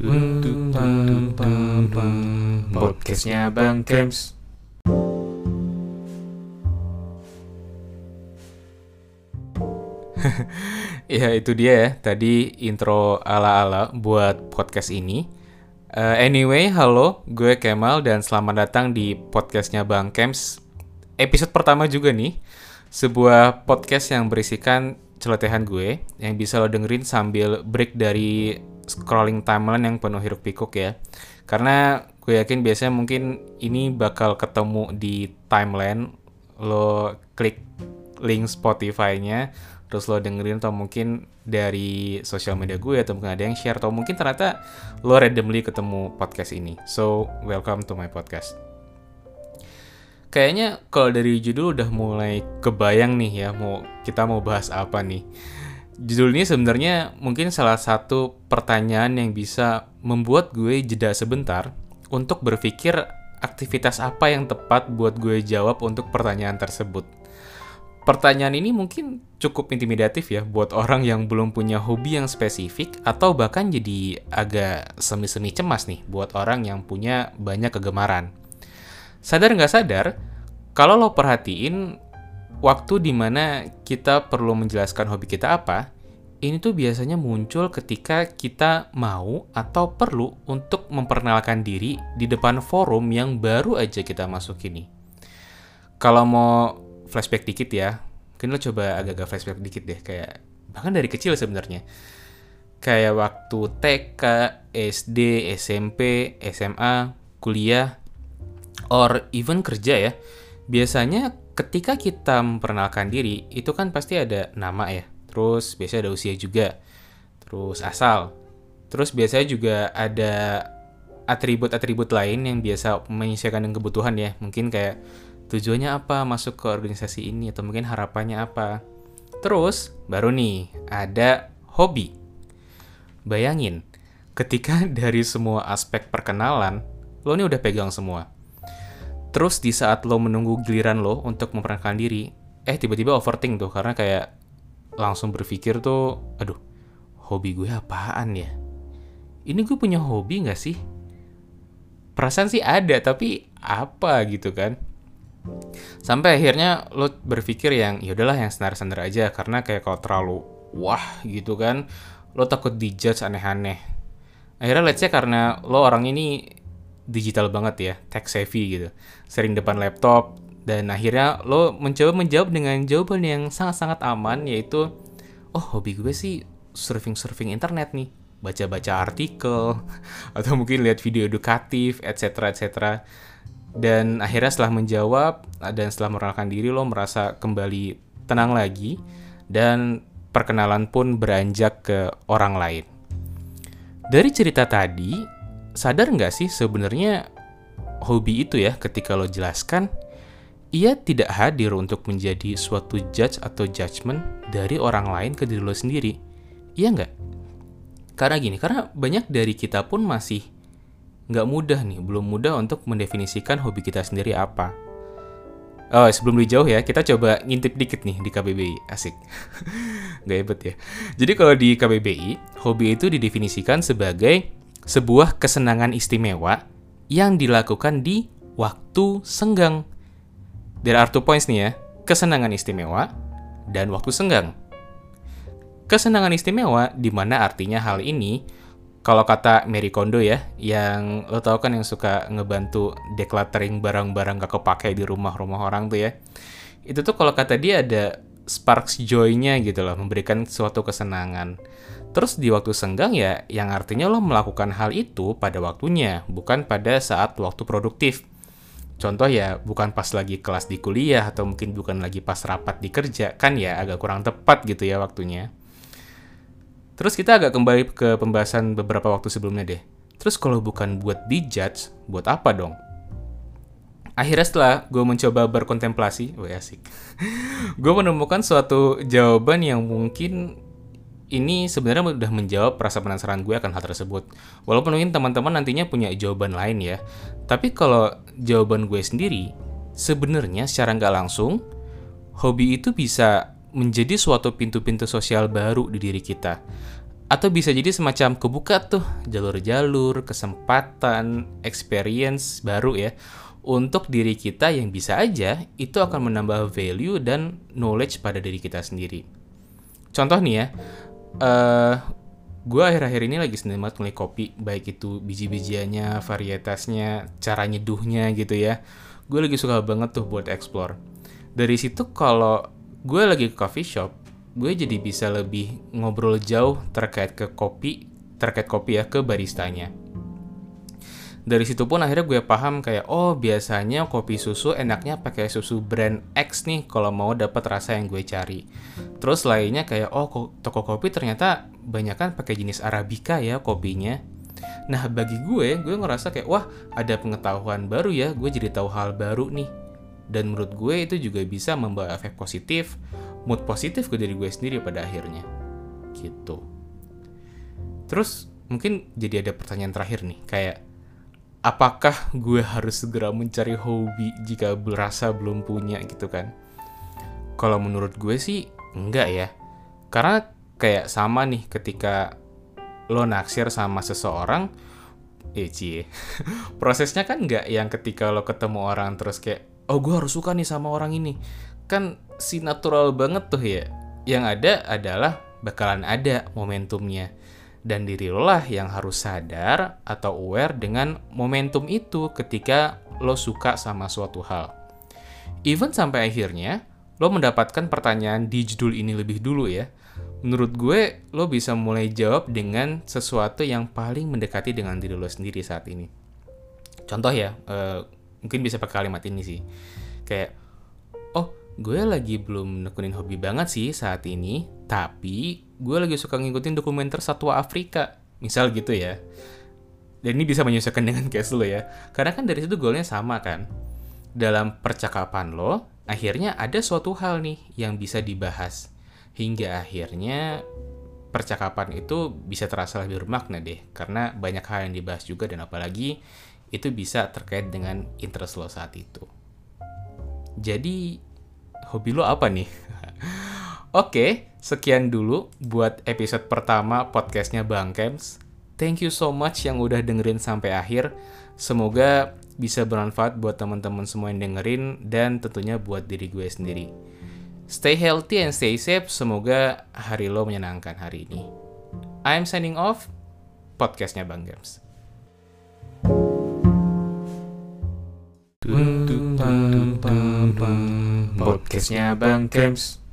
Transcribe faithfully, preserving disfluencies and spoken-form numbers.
Podcastnya Bang Kems. Ya itu dia ya, tadi intro ala-ala buat podcast ini. Uh, anyway, halo, gue Kemal dan selamat datang di podcastnya Bang Kems. Episode pertama juga nih, sebuah podcast yang berisikan celotehan gue yang bisa lo dengerin sambil break dari scrolling timeline yang penuh hiruk pikuk ya. Karena gue yakin biasanya mungkin ini bakal ketemu di timeline, lo klik link Spotify-nya, terus lo dengerin, atau mungkin dari sosial media gue, atau mungkin ada yang share, atau mungkin ternyata lo randomly ketemu podcast ini. So, welcome to my podcast. Kayaknya kalau dari judul udah mulai kebayang nih ya, mau kita mau bahas apa nih. Judul ini sebenarnya mungkin salah satu pertanyaan yang bisa membuat gue jeda sebentar untuk berpikir aktivitas apa yang tepat buat gue jawab untuk pertanyaan tersebut. Pertanyaan ini mungkin cukup intimidatif ya buat orang yang belum punya hobi yang spesifik, atau bahkan jadi agak semi-semi cemas nih buat orang yang punya banyak kegemaran. Sadar nggak sadar, kalau lo perhatiin waktu dimana kita perlu menjelaskan hobi kita apa, ini tuh biasanya muncul ketika kita mau atau perlu untuk memperkenalkan diri di depan forum yang baru aja kita masuk ini. Kalau mau flashback dikit ya, mungkin lo coba agak-agak flashback dikit deh, kayak bahkan dari kecil sebenarnya. Kayak waktu T K, S D, S M P, S M A, kuliah, or even kerja ya. Biasanya ketika kita memperkenalkan diri, itu kan pasti ada nama ya. Terus biasanya ada usia juga. Terus asal. Terus biasanya juga ada atribut-atribut lain yang biasa menyesuaikan dengan kebutuhan ya. Mungkin kayak tujuannya apa masuk ke organisasi ini, atau mungkin harapannya apa. Terus baru nih ada hobi. Bayangin, ketika dari semua aspek perkenalan, lo nih udah pegang semua. Terus di saat lo menunggu giliran lo untuk memperkenalkan diri, eh tiba-tiba overthink tuh, karena kayak langsung berpikir tuh, aduh, hobi gue apaan ya? Ini gue punya hobi gak sih? Perasaan sih ada, tapi apa gitu kan? Sampai akhirnya lo berpikir yang ya udahlah yang standar-standar aja, karena kayak kalau terlalu wah gitu kan, lo takut dijudge aneh-aneh. Akhirnya let's say karena lo orang ini digital banget ya, tech savvy gitu, sering depan laptop, dan akhirnya lo mencoba menjawab dengan jawaban yang sangat-sangat aman, yaitu oh hobi gue sih surfing-surfing internet nih, baca-baca artikel atau mungkin lihat video edukatif, etc etc. Dan akhirnya setelah menjawab dan setelah memperkenalkan diri, lo merasa kembali tenang lagi, dan perkenalan pun beranjak ke orang lain. Dari cerita tadi, sadar nggak sih sebenarnya hobi itu ya, ketika lo jelaskan, ia tidak hadir untuk menjadi suatu judge atau judgement dari orang lain ke diri lo sendiri. Iya nggak? Karena gini, karena banyak dari kita pun masih nggak mudah nih, belum mudah untuk mendefinisikan hobi kita sendiri apa. Oh, sebelum lebih jauh ya, kita coba ngintip dikit nih di K B B I. Asik. Gak hebat ya. Jadi kalau di K B B I, hobi itu didefinisikan sebagai sebuah kesenangan istimewa yang dilakukan di waktu senggang. There are two points nih ya, kesenangan istimewa dan waktu senggang. Kesenangan istimewa di mana artinya hal ini, kalau kata Marie Kondo ya, yang lo tau kan yang suka ngebantu decluttering barang-barang gak kepake di rumah-rumah orang tuh ya. Itu tuh kalau kata dia ada sparks joy-nya gitu loh, memberikan suatu kesenangan. Terus di waktu senggang ya, yang artinya lo melakukan hal itu pada waktunya, bukan pada saat waktu produktif. Contoh ya, bukan pas lagi kelas di kuliah, atau mungkin bukan lagi pas rapat di kerja, kan ya agak kurang tepat gitu ya waktunya. Terus kita agak kembali ke pembahasan beberapa waktu sebelumnya deh. Terus kalau bukan buat dijudge, buat apa dong? Akhirnya setelah gue mencoba berkontemplasi, wah asik, gue menemukan suatu jawaban yang mungkin ini sebenarnya udah menjawab rasa penasaran gue akan hal tersebut. Walaupun mungkin teman-teman nantinya punya jawaban lain ya. Tapi kalau jawaban gue sendiri, sebenarnya secara nggak langsung, hobi itu bisa menjadi suatu pintu-pintu sosial baru di diri kita. Atau bisa jadi semacam kebuka tuh jalur-jalur, kesempatan, experience baru ya untuk diri kita yang bisa aja itu akan menambah value dan knowledge pada diri kita sendiri. Contoh nih ya, uh, gue akhir-akhir ini lagi seneng banget ngulik kopi, baik itu biji-bijiannya, varietasnya, cara nyeduhnya gitu ya. Gue lagi suka banget tuh buat explore. Dari situ kalau gue lagi ke coffee shop, gue jadi bisa lebih ngobrol jauh terkait ke kopi, terkait kopi ya, ke baristanya. Dari situ pun akhirnya gue paham kayak, oh biasanya kopi susu enaknya pakai susu brand X nih kalau mau dapat rasa yang gue cari. Terus lainnya kayak, oh toko kopi ternyata banyak kan pakai jenis Arabica ya kopinya. Nah bagi gue, gue ngerasa kayak, wah ada pengetahuan baru ya, gue jadi tahu hal baru nih. Dan menurut gue itu juga bisa membawa efek positif, mood positif ke diri gue sendiri pada akhirnya. Gitu. Terus mungkin jadi ada pertanyaan terakhir nih, kayak apakah gue harus segera mencari hobi jika berasa belum punya gitu kan? Kalau menurut gue sih enggak ya. Karena kayak sama nih ketika lo naksir sama seseorang, eh cie, prosesnya kan enggak yang ketika lo ketemu orang terus kayak, oh gue harus suka nih sama orang ini. Kan si natural banget tuh ya. Yang ada adalah bakalan ada momentumnya. Dan diri lo lah yang harus sadar atau aware dengan momentum itu ketika lo suka sama suatu hal. Even sampai akhirnya, lo mendapatkan pertanyaan di judul ini lebih dulu ya. Menurut gue, lo bisa mulai jawab dengan sesuatu yang paling mendekati dengan diri lo sendiri saat ini. Contoh ya, uh, mungkin bisa pakai kalimat ini sih. Kayak, oh gue lagi belum nekunin hobi banget sih saat ini, tapi gue lagi suka ngikutin dokumenter satwa Afrika, misal gitu ya. Dan ini bisa menyesuaikan dengan case lo ya, karena kan dari situ goalnya sama kan. Dalam percakapan lo, akhirnya ada suatu hal nih yang bisa dibahas, hingga akhirnya percakapan itu bisa terasa lebih bermakna deh, karena banyak hal yang dibahas juga, dan apalagi itu bisa terkait dengan interest lo saat itu. Jadi hobi lo apa nih? Oke, sekian dulu buat episode pertama podcastnya Bang Kems. Thank you so much yang udah dengerin sampai akhir. Semoga bisa bermanfaat buat teman-teman semua yang dengerin dan tentunya buat diri gue sendiri. Stay healthy and stay safe. Semoga hari lo menyenangkan hari ini. I'm signing off. Podcastnya Bang Kems. Podcastnya Bang Kems.